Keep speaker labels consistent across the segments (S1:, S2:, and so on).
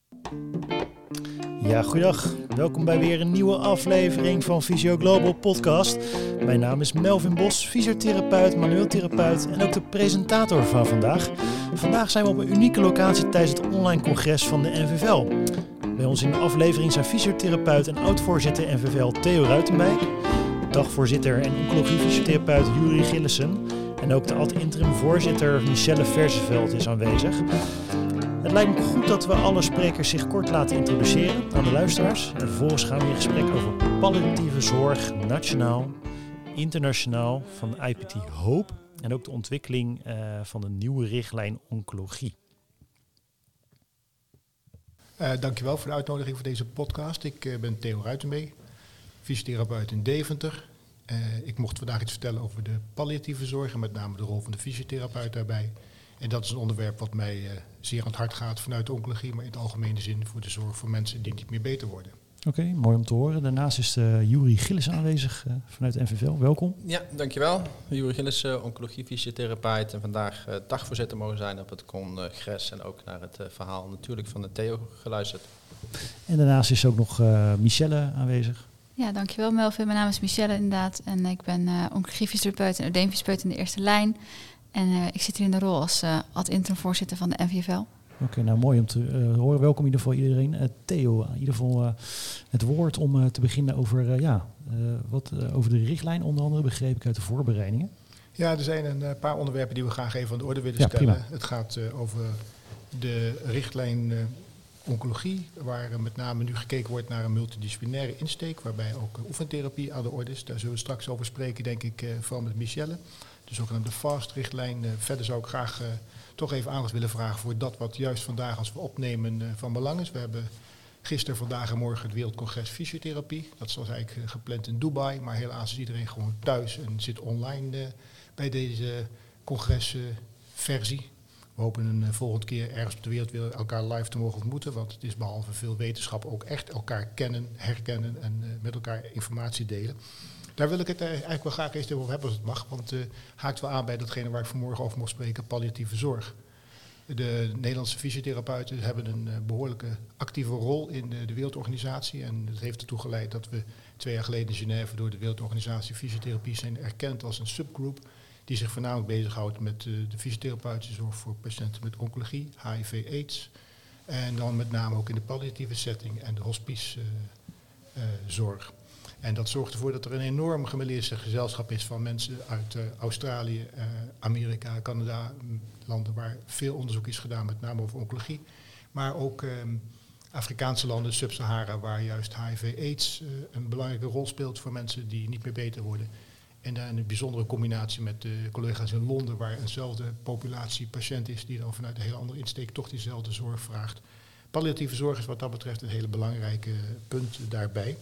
S1: Ja, goeiedag. Welkom bij weer een nieuwe aflevering van Physio Global Podcast. Mijn naam is Melvin Bos, fysiotherapeut, manueeltherapeut en ook de presentator van vandaag. Vandaag zijn we op een unieke locatie tijdens het online congres van de NVVL. Bij ons in de aflevering zijn fysiotherapeut en oud-voorzitter NVVL Theo Ruitenbeek, dagvoorzitter en oncologie-fysiotherapeut Juri Gillissen en ook de ad-interim voorzitter Michelle Verseveld is aanwezig. Het lijkt me goed dat we alle sprekers zich kort laten introduceren aan de luisteraars. En vervolgens gaan we in gesprek over palliatieve zorg, nationaal, internationaal, van IPT Hope en ook de ontwikkeling van de nieuwe richtlijn oncologie.
S2: Dankjewel voor de uitnodiging voor deze podcast. Ik ben Theo Ruitenbeek, fysiotherapeut in Deventer. Ik mocht vandaag iets vertellen over de palliatieve zorg en met name de rol van de fysiotherapeut daarbij. En dat is een onderwerp wat mij zeer aan het hart gaat vanuit de oncologie, maar in het algemene zin voor de zorg voor mensen die niet meer beter worden.
S1: Oké, mooi om te horen. Daarnaast is Juri Gillissen aanwezig vanuit de NVVL. Welkom.
S3: Ja, dankjewel. Juri Gillissen, oncologie-fysiotherapeut en vandaag dagvoorzitter mogen zijn op het congres en ook naar het verhaal natuurlijk van de Theo geluisterd.
S1: En daarnaast is ook nog Michelle aanwezig.
S4: Ja, dankjewel Melvin. Mijn naam is Michelle inderdaad en ik ben oncologie-fysiotherapeut en oedeemfysiotherapeut in de eerste lijn. En ik zit hier in de rol als ad-interim voorzitter van de NVVL.
S1: Oké, nou mooi om te horen. Welkom in ieder geval iedereen. Theo, in ieder geval het woord om te beginnen over, over de richtlijn, onder andere begreep ik uit de voorbereidingen.
S2: Ja, er zijn een paar onderwerpen die we graag even aan de orde willen stellen. Prima. Het gaat over de richtlijn oncologie, waar met name nu gekeken wordt naar een multidisciplinaire insteek, waarbij ook oefentherapie aan de orde is. Daar zullen we straks over spreken, denk ik, vooral met Michelle. De zogenaamde FAST-richtlijn. Verder zou ik graag toch even aandacht willen vragen voor dat wat juist vandaag als we opnemen van belang is. We hebben gisteren, vandaag en morgen het Wereldcongres Fysiotherapie. Dat was eigenlijk gepland in Dubai, maar helaas is iedereen gewoon thuis en zit online bij deze congresversie. We hopen een volgende keer ergens op de wereld weer elkaar live te mogen ontmoeten, want het is behalve veel wetenschap ook echt elkaar kennen, herkennen en met elkaar informatie delen. Daar wil ik het eigenlijk wel graag eens over hebben als het mag, want haakt wel aan bij datgene waar ik vanmorgen over mocht spreken, palliatieve zorg. De Nederlandse fysiotherapeuten hebben een behoorlijke actieve rol in de Wereldorganisatie en dat heeft ertoe geleid dat we 2 jaar geleden in Genève door de Wereldorganisatie Fysiotherapie zijn erkend als een subgroep die zich voornamelijk bezighoudt met de fysiotherapeutische zorg voor patiënten met oncologie, HIV/AIDS en dan met name ook in de palliatieve setting en de hospicezorg. En dat zorgt ervoor dat er een enorm gemêleerd gezelschap is van mensen uit Australië, Amerika, Canada, landen waar veel onderzoek is gedaan, met name over oncologie. Maar ook Afrikaanse landen, Sub-Sahara, waar juist HIV/AIDS een belangrijke rol speelt voor mensen die niet meer beter worden. En dan een bijzondere combinatie met de collega's in Londen, waar eenzelfde populatie patiënt is die dan vanuit een hele andere insteek toch diezelfde zorg vraagt. Palliatieve zorg is wat dat betreft een hele belangrijke punt daarbij.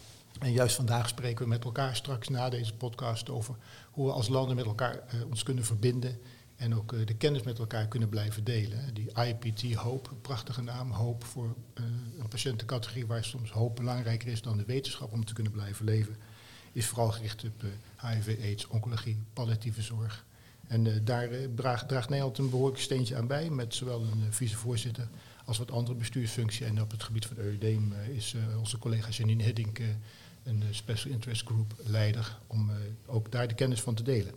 S2: En juist vandaag spreken we met elkaar straks na deze podcast over hoe we als landen met elkaar ons kunnen verbinden en ook de kennis met elkaar kunnen blijven delen. Die IPT Hope, een prachtige naam, Hope voor een patiëntencategorie waar soms hoop belangrijker is dan de wetenschap om te kunnen blijven leven, is vooral gericht op HIV/AIDS, oncologie, palliatieve zorg. En daar draagt Nederland een behoorlijk steentje aan bij, met zowel een vicevoorzitter als wat andere bestuursfunctie. En op het gebied van Eudeem is onze collega Janine Hiddink een Special Interest Group leider om ook daar de kennis van te delen.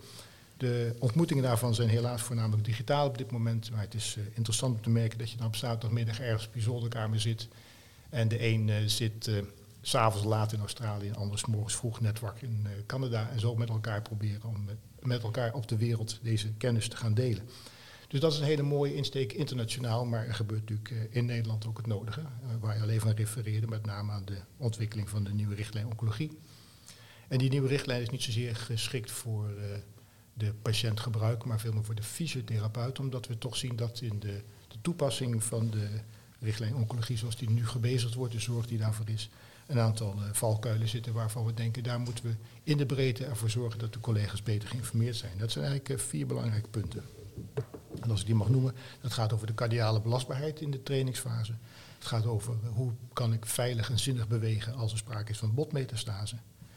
S2: De ontmoetingen daarvan zijn helaas voornamelijk digitaal op dit moment, maar het is interessant om te merken dat je dan op zaterdagmiddag ergens op je zolderkamer zit en de een zit 's avonds laat in Australië en anders 's morgens vroeg netwerk in Canada en zo met elkaar proberen om met elkaar op de wereld deze kennis te gaan delen. Dus dat is een hele mooie insteek internationaal, maar er gebeurt natuurlijk in Nederland ook het nodige, waar je al even aan refereerde, met name aan de ontwikkeling van de nieuwe richtlijn oncologie. En die nieuwe richtlijn is niet zozeer geschikt voor de patiëntgebruik, maar veel meer voor de fysiotherapeut, omdat we toch zien dat in de toepassing van de richtlijn oncologie, zoals die nu gebezigd wordt, de zorg die daarvoor is, een aantal valkuilen zitten waarvan we denken, daar moeten we in de breedte ervoor zorgen dat de collega's beter geïnformeerd zijn. Dat zijn eigenlijk 4 belangrijke punten. En als ik die mag noemen, dat gaat over de cardiale belastbaarheid in de trainingsfase. Het gaat over hoe kan ik veilig en zinnig bewegen als er sprake is van botmetastase.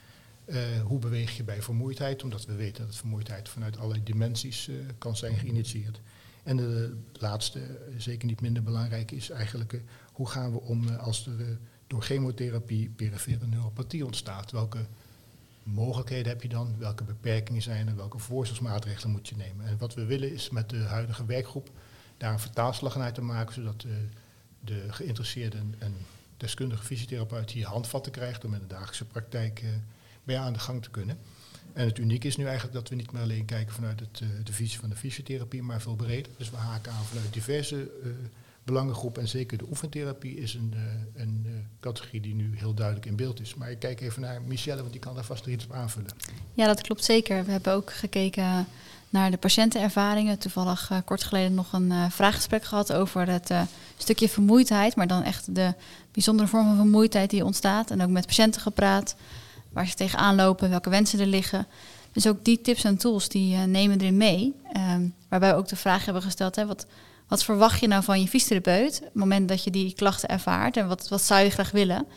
S2: Hoe beweeg je bij vermoeidheid, omdat we weten dat vermoeidheid vanuit allerlei dimensies kan zijn geïnitieerd. En de laatste, zeker niet minder belangrijk, is eigenlijk hoe gaan we om als er door chemotherapie perifere neuropathie ontstaat. Welke mogelijkheden heb je dan? Welke beperkingen zijn er? Welke voorzorgsmaatregelen moet je nemen? En wat we willen is met de huidige werkgroep daar een vertaalslag uit te maken, zodat de geïnteresseerde en deskundige fysiotherapeut hier handvatten krijgt om in de dagelijkse praktijk mee aan de gang te kunnen. En het unieke is nu eigenlijk dat we niet meer alleen kijken vanuit de visie van de fysiotherapie, maar veel breder. Dus we haken aan vanuit diverse belangengroepen en zeker de oefentherapie is een categorie die nu heel duidelijk in beeld is. Maar ik kijk even naar Michelle, want die kan daar vast iets op aanvullen.
S4: Ja, dat klopt zeker. We hebben ook gekeken naar de patiëntenervaringen. Toevallig kort geleden nog een vraaggesprek gehad over het stukje vermoeidheid, maar dan echt de bijzondere vorm van vermoeidheid die ontstaat. En ook met patiënten gepraat, waar ze tegenaan lopen, welke wensen er liggen. Dus ook die tips en tools die nemen we erin mee. Waarbij we ook de vraag hebben gesteld, wat verwacht je nou van je fysiotherapeut op het moment dat je die klachten ervaart en wat zou je graag willen?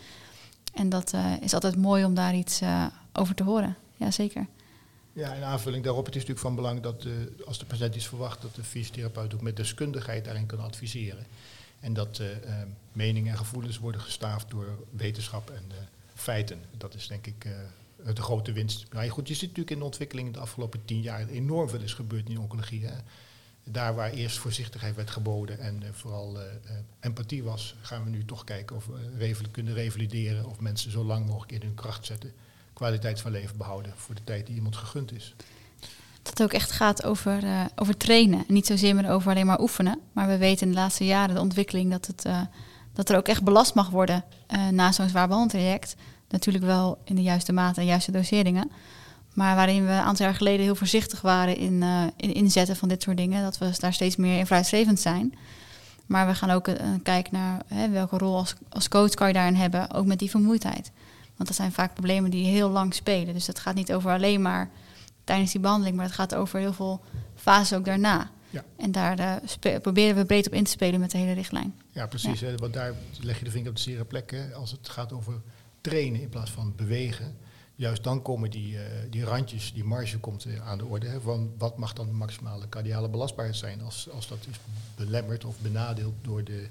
S4: En dat is altijd mooi om daar iets over te horen. Ja, zeker.
S2: Ja, in aanvulling daarop, het is natuurlijk van belang dat als de patiënt iets verwacht, dat de fysiotherapeut ook met deskundigheid daarin kan adviseren. En dat meningen en gevoelens worden gestaafd door wetenschap en feiten. Dat is denk ik de grote winst. Maar goed, je ziet natuurlijk in de ontwikkeling in de afgelopen 10 jaar enorm veel is gebeurd in de oncologie. Hè. Daar waar eerst voorzichtigheid werd geboden en vooral empathie was, gaan we nu toch kijken of we kunnen revalideren of mensen zo lang mogelijk in hun kracht zetten. Kwaliteit van leven behouden voor de tijd die iemand gegund is.
S4: Dat het ook echt gaat over trainen. Niet zozeer meer over alleen maar oefenen. Maar we weten in de laatste jaren de ontwikkeling dat er ook echt belast mag worden na zo'n zwaar behandeltraject. Natuurlijk wel in de juiste mate en juiste doseringen. Maar waarin we een aantal jaar geleden heel voorzichtig waren in inzetten van dit soort dingen. Dat we daar steeds meer in vooruitstrevend zijn. Maar we gaan ook kijken naar welke rol als coach kan je daarin hebben. Ook met die vermoeidheid. Want dat zijn vaak problemen die heel lang spelen. Dus het gaat niet over alleen maar tijdens die behandeling. Maar het gaat over heel veel fases ook daarna. Ja. En daar proberen we breed op in te spelen met de hele richtlijn.
S2: Ja, precies. Ja. Want daar leg je de vinger op de zere plek. Hè. Als het gaat over trainen in plaats van bewegen. Juist dan komen die randjes, die marge komt aan de orde. Hè, van wat mag dan de maximale cardiale belastbaarheid zijn als dat is belemmerd of benadeeld door de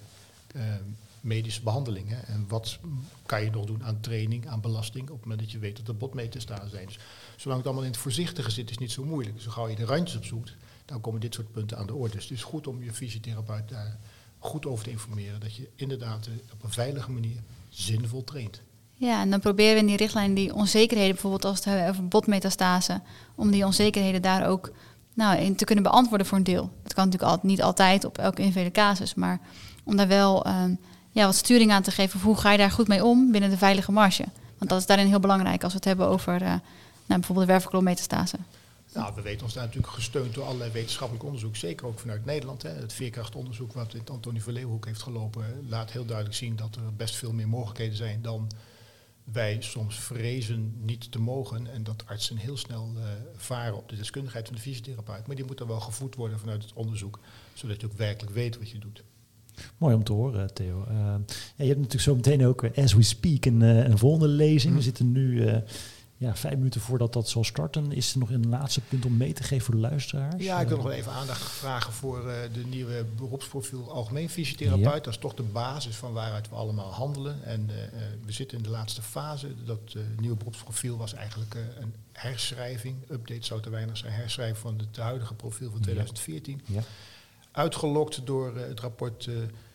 S2: medische behandelingen. En wat kan je nog doen aan training, aan belasting op het moment dat je weet dat er botmetastasen zijn. Dus zolang het allemaal in het voorzichtige zit, is het niet zo moeilijk. Zo gauw je de randjes opzoekt, dan komen dit soort punten aan de orde. Dus het is goed om je fysiotherapeut daar goed over te informeren. Dat je inderdaad op een veilige manier zinvol traint.
S4: Ja, en dan proberen we in die richtlijn die onzekerheden, bijvoorbeeld als het hebben over botmetastasen, om die onzekerheden daar ook in te kunnen beantwoorden voor een deel. Dat kan natuurlijk niet altijd op elke individuele casus, maar om daar wel wat sturing aan te geven. Hoe ga je daar goed mee om binnen de veilige marge? Want dat is daarin heel belangrijk als we het hebben over bijvoorbeeld de wervelkloommetastasen.
S2: Nou, we weten ons daar natuurlijk gesteund door allerlei wetenschappelijk onderzoek, zeker ook vanuit Nederland. Hè. Het veerkrachtonderzoek wat in het Antonie van Leeuwenhoek heeft gelopen, laat heel duidelijk zien dat er best veel meer mogelijkheden zijn dan wij soms vrezen niet te mogen. En dat artsen heel snel varen op de deskundigheid van de fysiotherapeut. Maar die moet dan wel gevoed worden vanuit het onderzoek, zodat je ook werkelijk weet wat je doet.
S1: Mooi om te horen, Theo. Je hebt natuurlijk zo meteen ook, as we speak, een volgende lezing. We zitten nu 5 minuten voordat dat zal starten. Is er nog een laatste punt om mee te geven voor de luisteraars?
S2: Ja, ik wil nog wel even aandacht vragen voor de nieuwe beroepsprofiel algemeen fysiotherapeut. Ja. Dat is toch de basis van waaruit we allemaal handelen. En we zitten in de laatste fase. Dat nieuwe beroepsprofiel was eigenlijk een herschrijving. Update zou te weinig zijn. Herschrijving van het huidige profiel van 2014. Ja. Uitgelokt door het rapport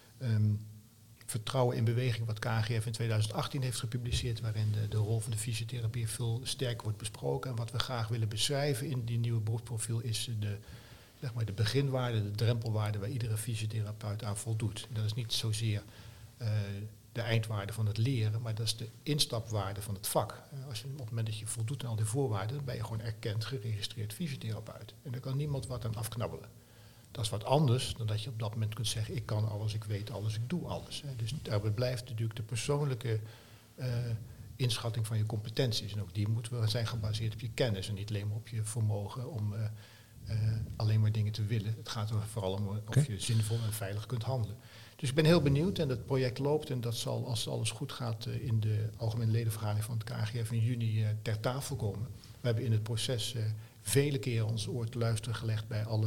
S2: Vertrouwen in beweging, wat KNGF in 2018 heeft gepubliceerd, waarin de rol van de fysiotherapie veel sterker wordt besproken. En wat we graag willen beschrijven in die nieuwe beroepsprofiel is de beginwaarde, de drempelwaarde waar iedere fysiotherapeut aan voldoet. Dat is niet zozeer de eindwaarde van het leren, maar dat is de instapwaarde van het vak. Als je op het moment dat je voldoet aan al die voorwaarden, dan ben je gewoon erkend, geregistreerd fysiotherapeut. En daar kan niemand wat aan afknabbelen. Dat is wat anders dan dat je op dat moment kunt zeggen, ik kan alles, ik weet alles, ik doe alles. Dus daarbij blijft natuurlijk de persoonlijke inschatting van je competenties. En ook die moeten zijn gebaseerd op je kennis en niet alleen maar op je vermogen om alleen maar dingen te willen. Het gaat er vooral om of je zinvol en veilig kunt handelen. Dus ik ben heel benieuwd en het project loopt en dat zal, als alles goed gaat, in de algemene ledenvergadering van het KNGF in juni ter tafel komen. We hebben in het proces vele keren ons oor te luisteren gelegd bij alle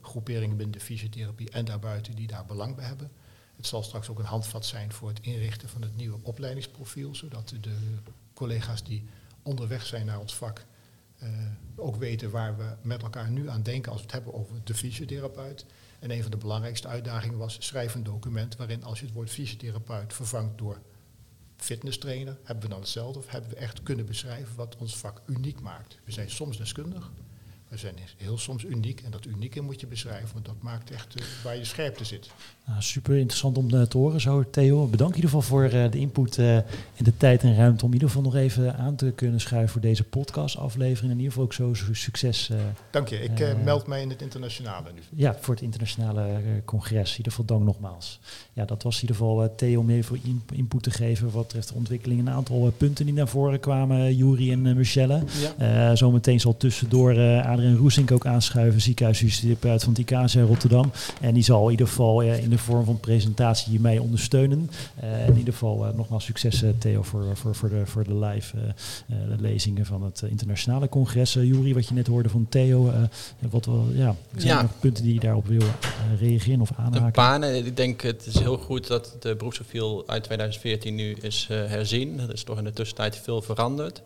S2: groeperingen binnen de fysiotherapie en daarbuiten die daar belang bij hebben. Het zal straks ook een handvat zijn voor het inrichten van het nieuwe opleidingsprofiel, zodat de collega's die onderweg zijn naar ons vak ook weten waar we met elkaar nu aan denken als we het hebben over de fysiotherapeut. En een van de belangrijkste uitdagingen was: schrijf een document waarin als je het woord fysiotherapeut vervangt door fitnesstrainer, hebben we dan hetzelfde of hebben we echt kunnen beschrijven wat ons vak uniek maakt. We zijn soms deskundig, we zijn heel soms uniek en dat unieke moet je beschrijven, want dat maakt echt waar je scherpte zit.
S1: Nou, super interessant om te horen zo, Theo. Bedankt in ieder geval voor de input en de tijd en ruimte om in ieder geval nog even aan te kunnen schuiven voor deze podcastaflevering. In ieder geval ook zo succes.
S2: Dank je. Ik meld mij in het internationale nu.
S1: Ja, voor het internationale congres. In ieder geval dank nogmaals. Ja, dat was in ieder geval Theo om even input te geven wat betreft de ontwikkeling. Een aantal punten die naar voren kwamen, Juri en Michelle. Ja. Zometeen zal tussendoor Adriaan Roesink ook aanschuiven, ziekenhuisfysiotherapeut van het IKZ Rotterdam. En die zal in ieder geval in de vorm van presentatie mij ondersteunen. In ieder geval nogmaals succes Theo voor de live lezingen van het internationale congres. Juri, wat je net hoorde van Theo, zijn er punten die je daarop wil reageren of aanhaken?
S3: Een paar. Ik denk het is heel goed dat de beroepsprofiel uit 2014 nu is herzien. Er is toch in de tussentijd veel veranderd.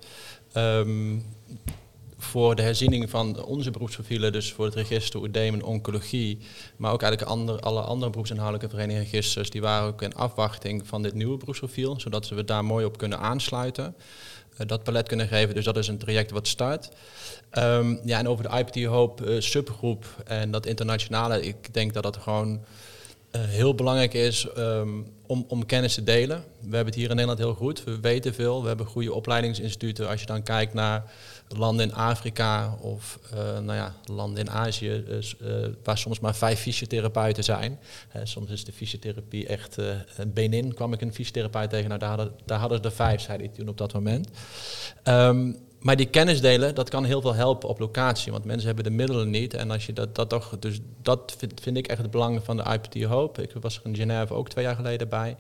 S3: Voor de herziening van onze beroepsprofielen, dus voor het register oedeem en oncologie, maar ook eigenlijk alle andere beroepsinhoudelijke verenigingregisters, die waren ook in afwachting van dit nieuwe beroepsprofiel, zodat we daar mooi op kunnen aansluiten, dat palet kunnen geven. Dus dat is een traject wat start. En over de IPT Hope subgroep en dat internationale, ik denk dat dat gewoon heel belangrijk is om kennis te delen. We hebben het hier in Nederland heel goed. We weten veel. We hebben goede opleidingsinstituten. Als je dan kijkt naar landen in Afrika of landen in Azië, waar soms maar 5 fysiotherapeuten zijn. Soms is de fysiotherapie echt Benin. Kwam ik een fysiotherapeut tegen, daar hadden ze er 5, zei hij toen op dat moment. Maar die kennis delen, dat kan heel veel helpen op locatie, want mensen hebben de middelen niet. En als je dat toch, dus dat vind ik echt het belang van de IPT Hope. Ik was er in Genève ook 2 jaar geleden bij.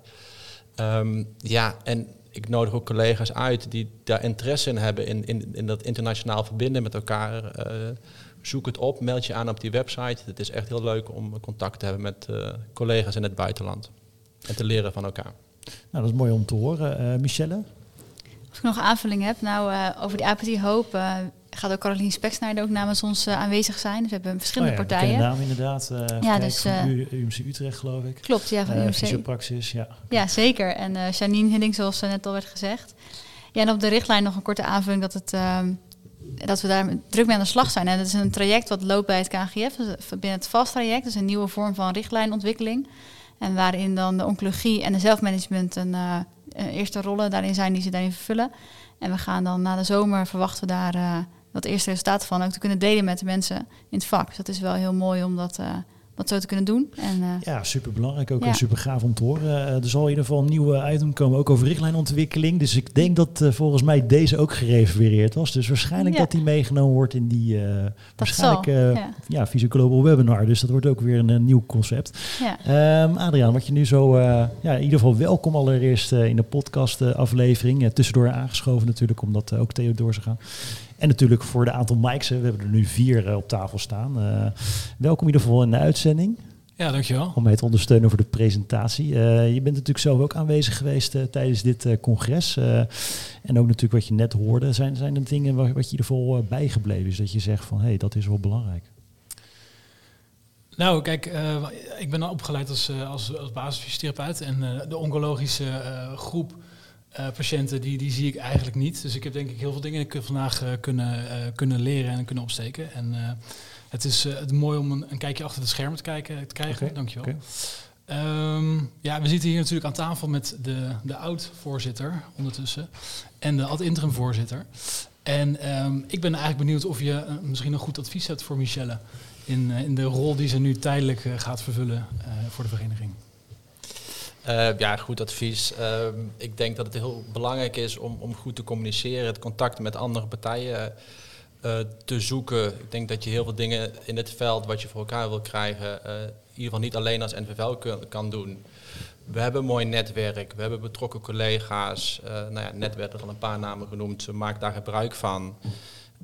S3: En ik nodig ook collega's uit die daar interesse in hebben in dat internationaal verbinden met elkaar. Zoek het op, meld je aan op die website. Het is echt heel leuk om contact te hebben met collega's in het buitenland en te leren van elkaar.
S1: Nou, dat is mooi om te horen. Michelle?
S4: Als ik nog een aanvulling heb, over die IPT Hope gaat ook Caroline Speksnijder ook namens ons aanwezig zijn. Dus we hebben verschillende partijen.
S1: De naam inderdaad. Van UMC Utrecht, geloof ik.
S4: Klopt, ja, van UMC.
S1: Fysiopraxis, ja.
S4: Ja, zeker. En Janine Hiddink, zoals net al werd gezegd. Ja, en op de richtlijn nog een korte aanvulling dat we daar druk mee aan de slag zijn. En dat is een traject wat loopt bij het KNGF, binnen het VAST-traject. Dat is een nieuwe vorm van richtlijnontwikkeling. En waarin dan de oncologie en de zelfmanagement een eerste rollen daarin zijn die ze daarin vervullen. En we gaan dan na de zomer, verwachten we daar dat eerste resultaat van ook te kunnen delen met de mensen in het vak. Dus dat is wel heel mooi om dat zo te kunnen doen. En,
S1: super belangrijk ook en super gaaf om te horen. Er zal in ieder geval een nieuwe item komen, ook over richtlijnontwikkeling. Dus ik denk dat volgens mij deze ook gerefereerd was. Dus waarschijnlijk dat die meegenomen wordt in die Physio Global webinar. Dus dat wordt ook weer een nieuw concept. Ja. Adriaan, wat je nu zo... in ieder geval welkom allereerst in de podcast aflevering. Tussendoor aangeschoven natuurlijk, omdat ook Theo door zou gaan. En natuurlijk voor de aantal mics. We hebben er nu 4 op tafel staan. Welkom in ieder geval in de uitzending.
S5: Ja, dankjewel.
S1: Om mij te ondersteunen voor de presentatie. Je bent natuurlijk zelf ook aanwezig geweest tijdens dit congres. En ook natuurlijk wat je net hoorde. Zijn er dingen wat je in ieder geval bijgebleven is? Dat je zegt van, dat is wel belangrijk.
S5: Nou, kijk, ik ben opgeleid als basisfysiotherapeut. En de oncologische groep patiënten, die zie ik eigenlijk niet. Dus ik heb denk ik heel veel dingen vandaag kunnen leren en kunnen opsteken. En het is mooi om een kijkje achter de schermen te krijgen. Okay. Dankjewel. Okay. We zitten hier natuurlijk aan tafel met de oud-voorzitter ondertussen en de ad-interim voorzitter. En ik ben eigenlijk benieuwd of je misschien een goed advies hebt voor Michelle in de rol die ze nu tijdelijk gaat vervullen voor de vereniging.
S3: Goed advies. Ik denk dat het heel belangrijk is om goed te communiceren, het contact met andere partijen te zoeken. Ik denk dat je heel veel dingen in het veld wat je voor elkaar wil krijgen, in ieder geval niet alleen als NVVL kan doen. We hebben een mooi netwerk, we hebben betrokken collega's. Net werden er al een paar namen genoemd, maak daar gebruik van.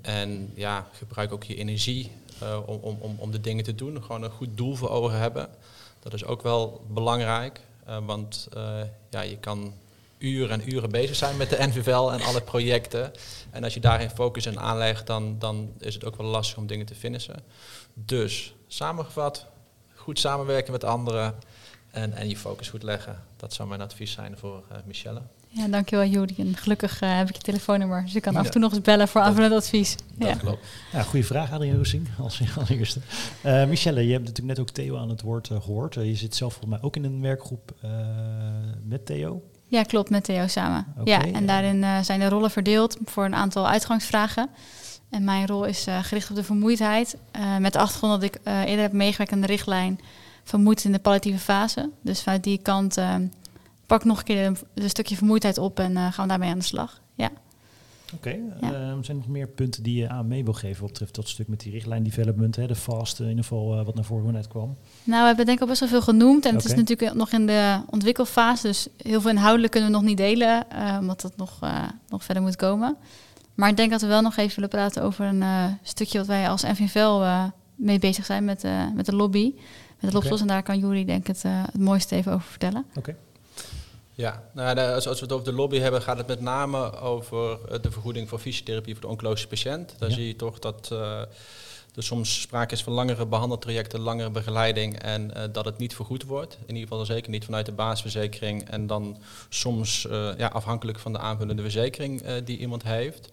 S3: En gebruik ook je energie om de dingen te doen. Gewoon een goed doel voor ogen hebben. Dat is ook wel belangrijk. Want je kan uren en uren bezig zijn met de NVVL en alle projecten. En als je daar geen focus in aanlegt, dan is het ook wel lastig om dingen te finishen. Dus, samengevat, goed samenwerken met anderen en je focus goed leggen. Dat zou mijn advies zijn voor Michelle.
S4: Ja, dankjewel Juri. En gelukkig heb ik je telefoonnummer. Dus ik kan af en toe nog eens bellen voor aanvullend advies.
S3: Dat klopt.
S1: Ja, goede vraag, Adrien Roesing, als eerste. Michelle, je hebt natuurlijk net ook Theo aan het woord gehoord. Je zit zelf volgens mij ook in een werkgroep met Theo.
S4: Ja, klopt, met Theo samen.
S1: Okay,
S4: en daarin zijn de rollen verdeeld voor een aantal uitgangsvragen. En mijn rol is gericht op de vermoeidheid. Met de achtergrond dat ik eerder heb meegewerkt aan de richtlijn vermoeid in de palliatieve fase. Dus vanuit die kant pak ik nog een keer een stukje vermoeidheid op en gaan we daarmee aan de slag. Ja.
S1: Oké. Zijn er nog meer punten die je aan mee wil geven wat betreft dat stuk met die richtlijn development, de FAST in ieder geval wat naar voren net kwam?
S4: Nou, we hebben denk ik al best wel veel genoemd en het is natuurlijk nog in de ontwikkelfase, dus heel veel inhoudelijk kunnen we nog niet delen, omdat dat nog verder moet komen. Maar ik denk dat we wel nog even willen praten over een stukje wat wij als NVVL mee bezig zijn met de lobby, met de lobslos. En daar kan Juri denk ik het mooiste even over vertellen.
S1: Oké.
S3: Ja, als we het over de lobby hebben, gaat het met name over de vergoeding voor fysiotherapie voor de oncologische patiënt. Daar zie je toch dat er soms sprake is van langere behandeltrajecten, langere begeleiding en dat het niet vergoed wordt. In ieder geval zeker niet vanuit de basisverzekering en dan soms afhankelijk van de aanvullende verzekering die iemand heeft.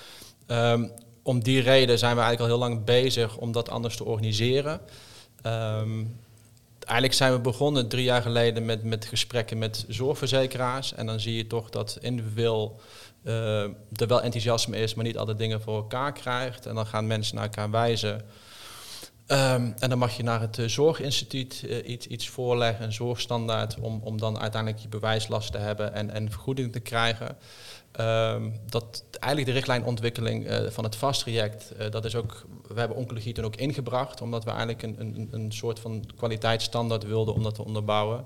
S3: Om die reden zijn we eigenlijk al heel lang bezig om dat anders te organiseren. Eigenlijk zijn we begonnen 3 jaar geleden met gesprekken met zorgverzekeraars. En dan zie je toch dat individueel er wel enthousiasme is, maar niet altijd dingen voor elkaar krijgt. En dan gaan mensen naar elkaar wijzen. En dan mag je naar het zorginstituut iets voorleggen, een zorgstandaard, om dan uiteindelijk je bewijslast te hebben en vergoeding te krijgen. Dat eigenlijk de richtlijnontwikkeling van het FAST-traject, dat is ook, we hebben oncologie toen ook ingebracht, omdat we eigenlijk een soort van kwaliteitsstandaard wilden om dat te onderbouwen.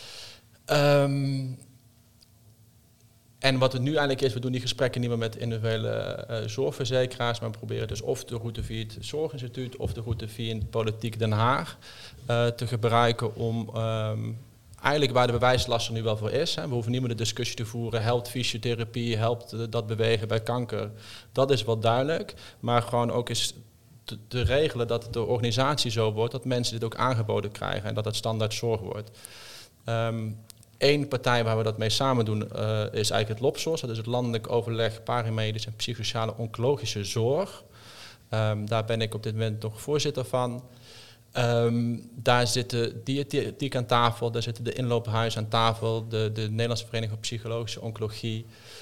S3: En wat het nu eigenlijk is, we doen die gesprekken niet meer met individuele zorgverzekeraars, maar we proberen dus of de route via het Zorginstituut of de route via de Politiek Den Haag te gebruiken om eigenlijk waar de bewijslast er nu wel voor is. Hè. We hoeven niet meer de discussie te voeren, helpt fysiotherapie, helpt dat bewegen bij kanker. Dat is wel duidelijk, maar gewoon ook eens te regelen dat de organisatie zo wordt, dat mensen dit ook aangeboden krijgen en dat het standaard zorg wordt. Eén partij waar we dat mee samen doen is eigenlijk het LOPSOS. Dat is het Landelijk Overleg Paramedisch en Psychosociale Oncologische Zorg. Daar ben ik op dit moment nog voorzitter van. Daar zitten diëtiek aan tafel, daar zitten de inloophuizen aan tafel, de Nederlandse Vereniging voor Psychologische Oncologie,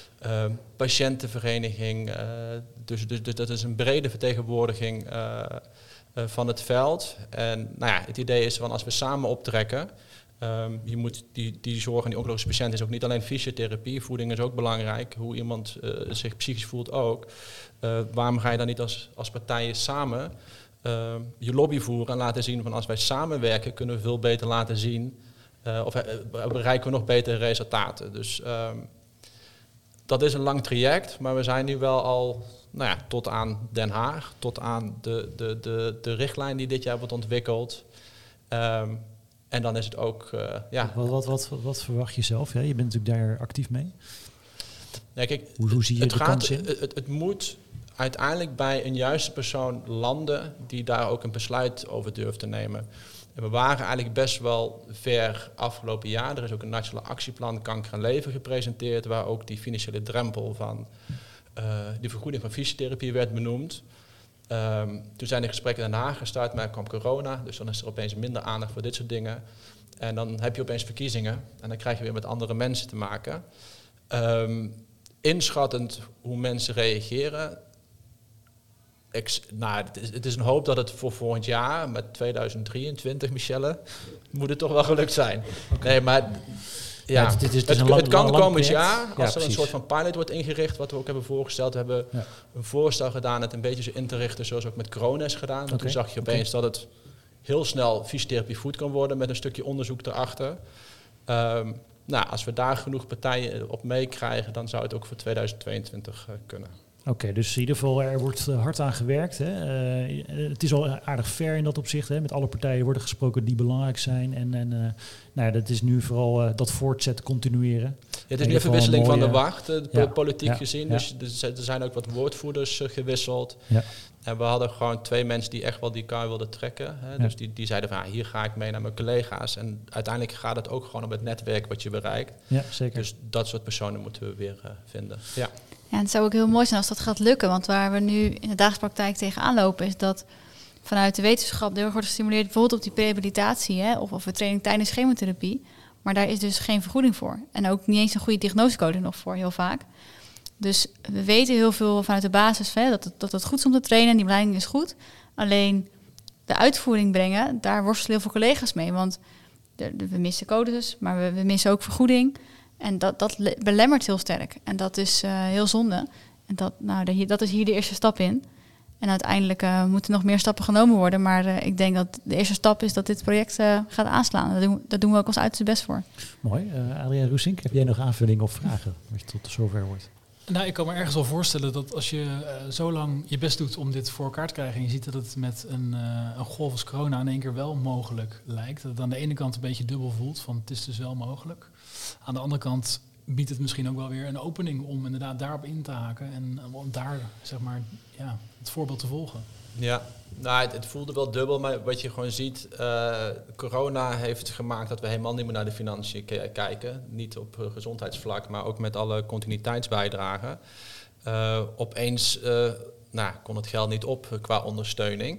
S3: patiëntenvereniging. Dus dat is een brede vertegenwoordiging van het veld. En het idee is van als we samen optrekken, je moet die zorg aan die oncologische patiënt is ook niet alleen fysiotherapie, voeding is ook belangrijk, hoe iemand zich psychisch voelt ook. Waarom ga je dan niet als partijen samen je lobby voeren en laten zien van als wij samenwerken kunnen we veel beter laten zien of bereiken we nog betere resultaten. Dus dat is een lang traject, maar we zijn nu wel al tot aan Den Haag, tot aan de richtlijn die dit jaar wordt ontwikkeld. En dan is het ook,
S1: Wat verwacht je zelf? Ja, je bent natuurlijk daar actief mee.
S3: Ja, kijk,
S1: hoe zie je de kans in?
S3: Het moet uiteindelijk bij een juiste persoon landen die daar ook een besluit over durft te nemen. En we waren eigenlijk best wel ver afgelopen jaar. Er is ook een nationaal actieplan Kanker en Leven gepresenteerd, waar ook die financiële drempel van die vergoeding van fysiotherapie werd benoemd. Toen zijn de gesprekken in Den Haag gestart, maar kwam corona, dus dan is er opeens minder aandacht voor dit soort dingen. En dan heb je opeens verkiezingen en dan krijg je weer met andere mensen te maken. Inschattend hoe mensen reageren. Het is een hoop dat het voor volgend jaar, met 2023, Michelle, moet het toch wel gelukt zijn. Okay. Nee, maar ja, het kan komend jaar, als er een soort van pilot wordt ingericht, wat we ook hebben voorgesteld. We hebben een voorstel gedaan het een beetje zo in te richten zoals ook met corona is gedaan. Want toen zag je opeens dat het heel snel fysiotherapie voed kan worden met een stukje onderzoek erachter. Als we daar genoeg partijen op meekrijgen, dan zou het ook voor 2022 kunnen.
S1: Oké, dus in ieder geval er wordt hard aan gewerkt. Hè. Het is al aardig ver in dat opzicht. Hè. Met alle partijen worden gesproken die belangrijk zijn. En dat is nu vooral dat voortzetten, continueren.
S3: Ja, het is nu een verwisseling van de wacht, politiek gezien.
S1: Ja.
S3: Dus er zijn ook wat woordvoerders gewisseld.
S1: Ja.
S3: En we hadden gewoon 2 mensen die echt wel die kar wilden trekken. Hè. Dus die zeiden van, hier ga ik mee naar mijn collega's. En uiteindelijk gaat het ook gewoon om het netwerk wat je bereikt.
S1: Ja, zeker.
S3: Dus dat soort personen moeten we weer vinden. Ja.
S4: Ja, het zou ook heel mooi zijn als dat gaat lukken. Want waar we nu in de dagelijkse praktijk tegenaan lopen, is dat vanuit de wetenschap heel erg wordt gestimuleerd bijvoorbeeld op die rehabilitatie, hè, of training tijdens chemotherapie. Maar daar is dus geen vergoeding voor. En ook niet eens een goede diagnosecode nog voor, heel vaak. Dus we weten heel veel vanuit de basis dat het goed is om te trainen en die begeleiding is goed. Alleen de uitvoering brengen, daar worstelen heel veel collega's mee. Want we missen codes, maar we missen ook vergoeding. En dat belemmert heel sterk. En dat is heel zonde. En dat is hier de eerste stap in. En uiteindelijk moeten nog meer stappen genomen worden. Maar ik denk dat de eerste stap is dat dit project gaat aanslaan. Daar doen we ook ons uiterste best voor.
S1: Mooi. Adriaan Roesink, heb jij nog aanvullingen of vragen? Als je tot zover wordt.
S5: Nou, ik kan me ergens wel voorstellen dat als je zo lang je best doet om dit voor elkaar te krijgen, en je ziet dat het met een golf als corona in één keer wel mogelijk lijkt. Dat het aan de ene kant een beetje dubbel voelt, van het is dus wel mogelijk. Aan de andere kant biedt het misschien ook wel weer een opening om inderdaad daarop in te haken en om daar, zeg maar, het voorbeeld te volgen. Ja,
S3: nou, het voelde wel dubbel, maar wat je gewoon ziet, corona heeft gemaakt dat we helemaal niet meer naar de financiën kijken. Niet op gezondheidsvlak, maar ook met alle continuïteitsbijdragen. Opeens kon het geld niet op qua ondersteuning.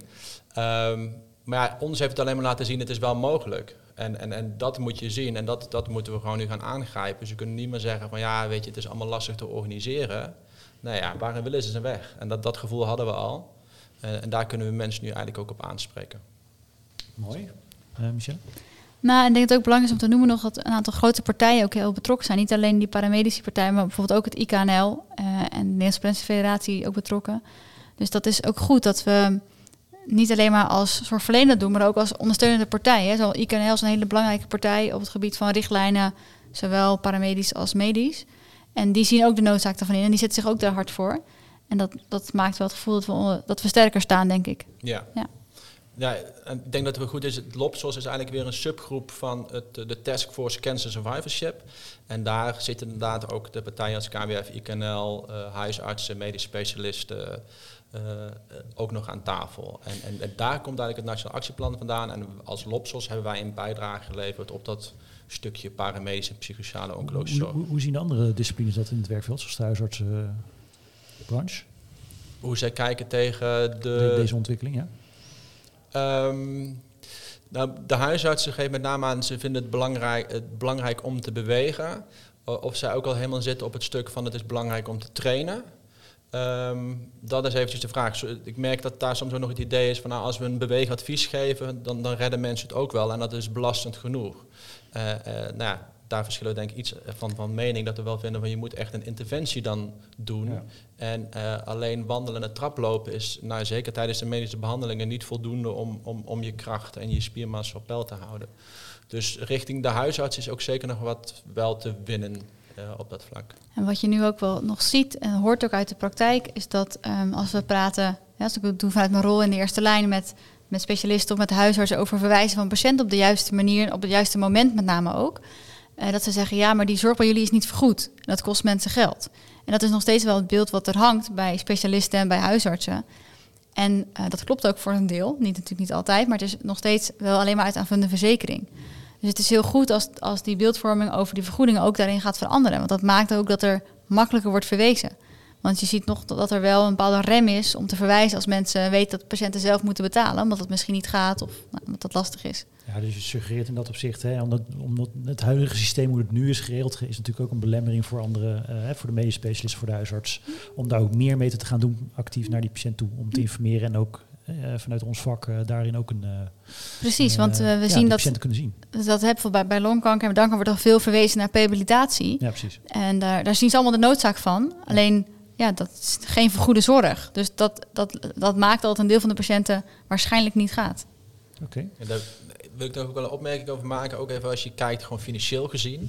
S3: Maar ons heeft het alleen maar laten zien, het is wel mogelijk. En dat moet je zien en dat moeten we gewoon nu gaan aangrijpen. Dus je kunt niet meer zeggen van weet je, het is allemaal lastig te organiseren. Nou ja, waar een wil is een weg. En dat gevoel hadden we al. En daar kunnen we mensen nu eigenlijk ook op aanspreken.
S1: Mooi. Michel?
S4: Nou, en ik denk dat het ook belangrijk is om te noemen nog dat een aantal grote partijen ook heel betrokken zijn. Niet alleen die paramedische partijen, maar bijvoorbeeld ook het IKNL en de Nederlandse Forensische Federatie ook betrokken. Dus dat is ook goed dat we niet alleen maar als zorgverlener doen, maar ook als ondersteunende partij. Hè. Zo IKNL is een hele belangrijke partij op het gebied van richtlijnen, zowel paramedisch als medisch. En die zien ook de noodzaak daarvan in en die zetten zich ook daar hard voor. En dat maakt wel het gevoel dat we sterker staan, denk ik.
S3: Ja, en ik denk dat het wel goed is. Het LOPSOS is eigenlijk weer een subgroep van de Taskforce Cancer Survivorship. En daar zitten inderdaad ook de partijen als KWF, IKNL, huisartsen, medisch specialisten ook nog aan tafel. En daar komt eigenlijk het Nationaal Actieplan vandaan. En als LOPSOS hebben wij een bijdrage geleverd op dat stukje paramedische en psychosociale oncologische zorg.
S1: Hoe zien de andere disciplines dat in het werkveld, zoals de huisartsenbranche?
S3: Hoe zij kijken tegen
S1: deze ontwikkeling, ja?
S3: De huisartsen geven met name aan, ze vinden het belangrijk om te bewegen. Of zij ook al helemaal zitten op het stuk van het is belangrijk om te trainen. Dat is eventjes de vraag. Ik merk dat daar soms ook nog het idee is van als we een beweegadvies geven, dan redden mensen het ook wel. En dat is belastend genoeg. Daar verschillen we denk ik iets van mening, dat we wel vinden van je moet echt een interventie dan doen. Ja. En alleen wandelen en traplopen is zeker tijdens de medische behandelingen niet voldoende om je kracht en je spiermassa op peil te houden. Dus richting de huisarts is ook zeker nog wat wel te winnen op dat vlak. En
S4: wat je nu ook wel nog ziet en hoort ook uit de praktijk is dat als we praten, als ik het doe vanuit mijn rol in de eerste lijn met specialisten of met huisartsen over verwijzen van patiënten op de juiste manier, op het juiste moment met name ook. Dat ze zeggen, maar die zorg bij jullie is niet vergoed. Dat kost mensen geld. En dat is nog steeds wel het beeld wat er hangt bij specialisten en bij huisartsen. En dat klopt ook voor een deel. Natuurlijk niet altijd, maar het is nog steeds wel alleen maar uit aanvullende verzekering. Dus het is heel goed als die beeldvorming over die vergoedingen ook daarin gaat veranderen. Want dat maakt ook dat er makkelijker wordt verwezen. Want je ziet nog dat er wel een bepaalde rem is om te verwijzen als mensen weten dat patiënten zelf moeten betalen. Omdat het misschien niet gaat of omdat dat lastig is.
S1: Ja, dus je suggereert in dat opzicht, omdat het huidige systeem hoe het nu is geregeld, is natuurlijk ook een belemmering voor andere, voor de medisch specialisten, voor de huisarts, om daar ook meer mee te gaan doen, actief naar die patiënt toe, om te informeren en ook vanuit ons vak daarin ook een
S4: precies, want we zien dat
S1: patiënten kunnen zien.
S4: Dat heb bij longkanker en danken wordt er veel verwezen naar rehabilitatie.
S1: Ja, precies.
S4: En daar zien ze allemaal de noodzaak van. Alleen dat is geen vergoede zorg. Dus dat maakt dat een deel van de patiënten waarschijnlijk niet gaat.
S1: Oké.
S3: Daar wil ik nog ook wel een opmerking over maken. Ook even als je kijkt, gewoon financieel gezien.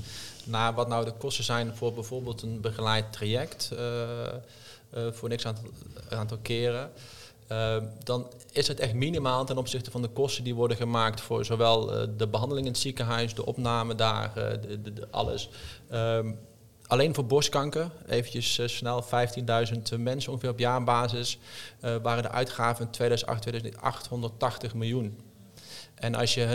S3: naar wat nou de kosten zijn voor bijvoorbeeld een begeleid traject voor niks aantal keren, dan is het echt minimaal ten opzichte van de kosten die worden gemaakt voor zowel de behandeling in het ziekenhuis, de opnamedagen, alles. Alleen voor borstkanker, eventjes snel, 15.000 mensen ongeveer op jaarbasis, waren de uitgaven in 2008 880 miljoen. En als je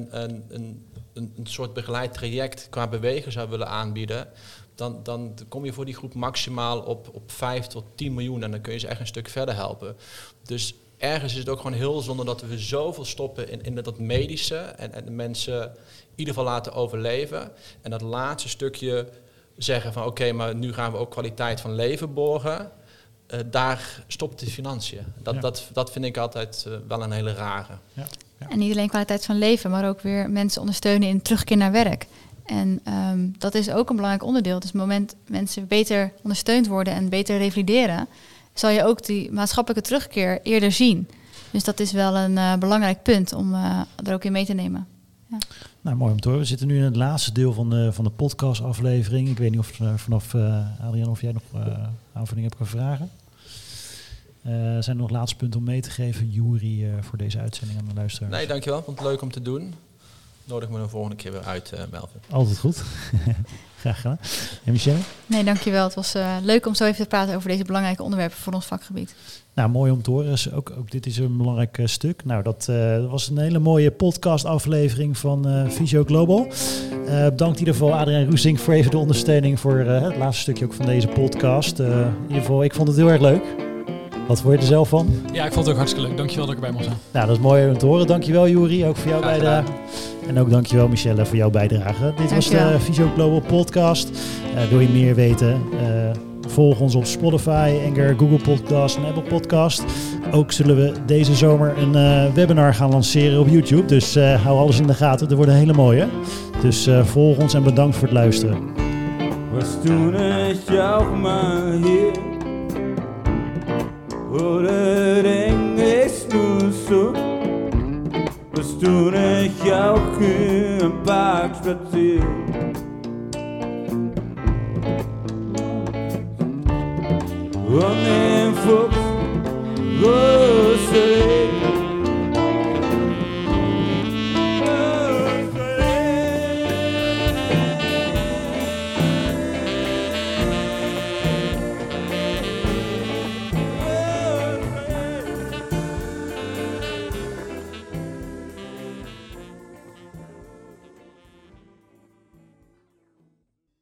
S3: een soort begeleid traject qua bewegen zou willen aanbieden, dan kom je voor die groep maximaal op 5 tot 10 miljoen. En dan kun je ze echt een stuk verder helpen. Dus ergens is het ook gewoon heel zonde dat we zoveel stoppen in dat medische en de mensen in ieder geval laten overleven. En dat laatste stukje zeggen van oké, maar nu gaan we ook kwaliteit van leven borgen. Daar stopt de financiën. Dat vind ik altijd wel een hele rare.
S1: Ja.
S4: En niet alleen kwaliteit van leven, maar ook weer mensen ondersteunen in terugkeer naar werk. En dat is ook een belangrijk onderdeel. Dus op het moment mensen beter ondersteund worden en beter revalideren, zal je ook die maatschappelijke terugkeer eerder zien. Dus dat is wel een belangrijk punt om er ook in mee te nemen. Ja.
S1: Nou, mooi om te horen. We zitten nu in het laatste deel van de podcastaflevering. Ik weet niet of vanaf Adriaan of jij nog aanvulling hebt kunnen vragen. Zijn er nog laatste punten om mee te geven, Joeri, voor deze uitzending aan de luisteraars?
S3: Nee, dankjewel. Vond het leuk om te doen. Nodig me de volgende keer weer uit, Melvin.
S1: Altijd goed. Graag gedaan. En Michelle?
S4: Nee, dankjewel. Het was leuk om zo even te praten over deze belangrijke onderwerpen voor ons vakgebied.
S1: Nou, mooi om te horen. Dus ook dit is een belangrijk stuk. Nou, dat was een hele mooie podcastaflevering van Physio Global. Bedankt in ieder geval Adriaan Roesink voor even de ondersteuning voor het laatste stukje ook van deze podcast. In ieder geval, ik vond het heel erg leuk. Wat vond je er zelf van?
S5: Ja, ik vond het ook hartstikke leuk. Dankjewel dat ik erbij mocht zijn.
S1: Nou, dat is mooi om te horen. Dankjewel Joeri, ook voor jouw bijdrage. En ook dankjewel Michelle voor jouw bijdrage. Dit was de Physio Global podcast. Wil je meer weten? Volg ons op Spotify, Anchor, Google Podcast en Apple Podcast. Ook zullen we deze zomer een webinar gaan lanceren op YouTube. Dus hou alles in de gaten. Er worden hele mooie. Dus volg ons en bedankt voor het luisteren.
S6: Was toen ich auch mal hier, oder denkst du so? Was toen ich auch im Park spazier?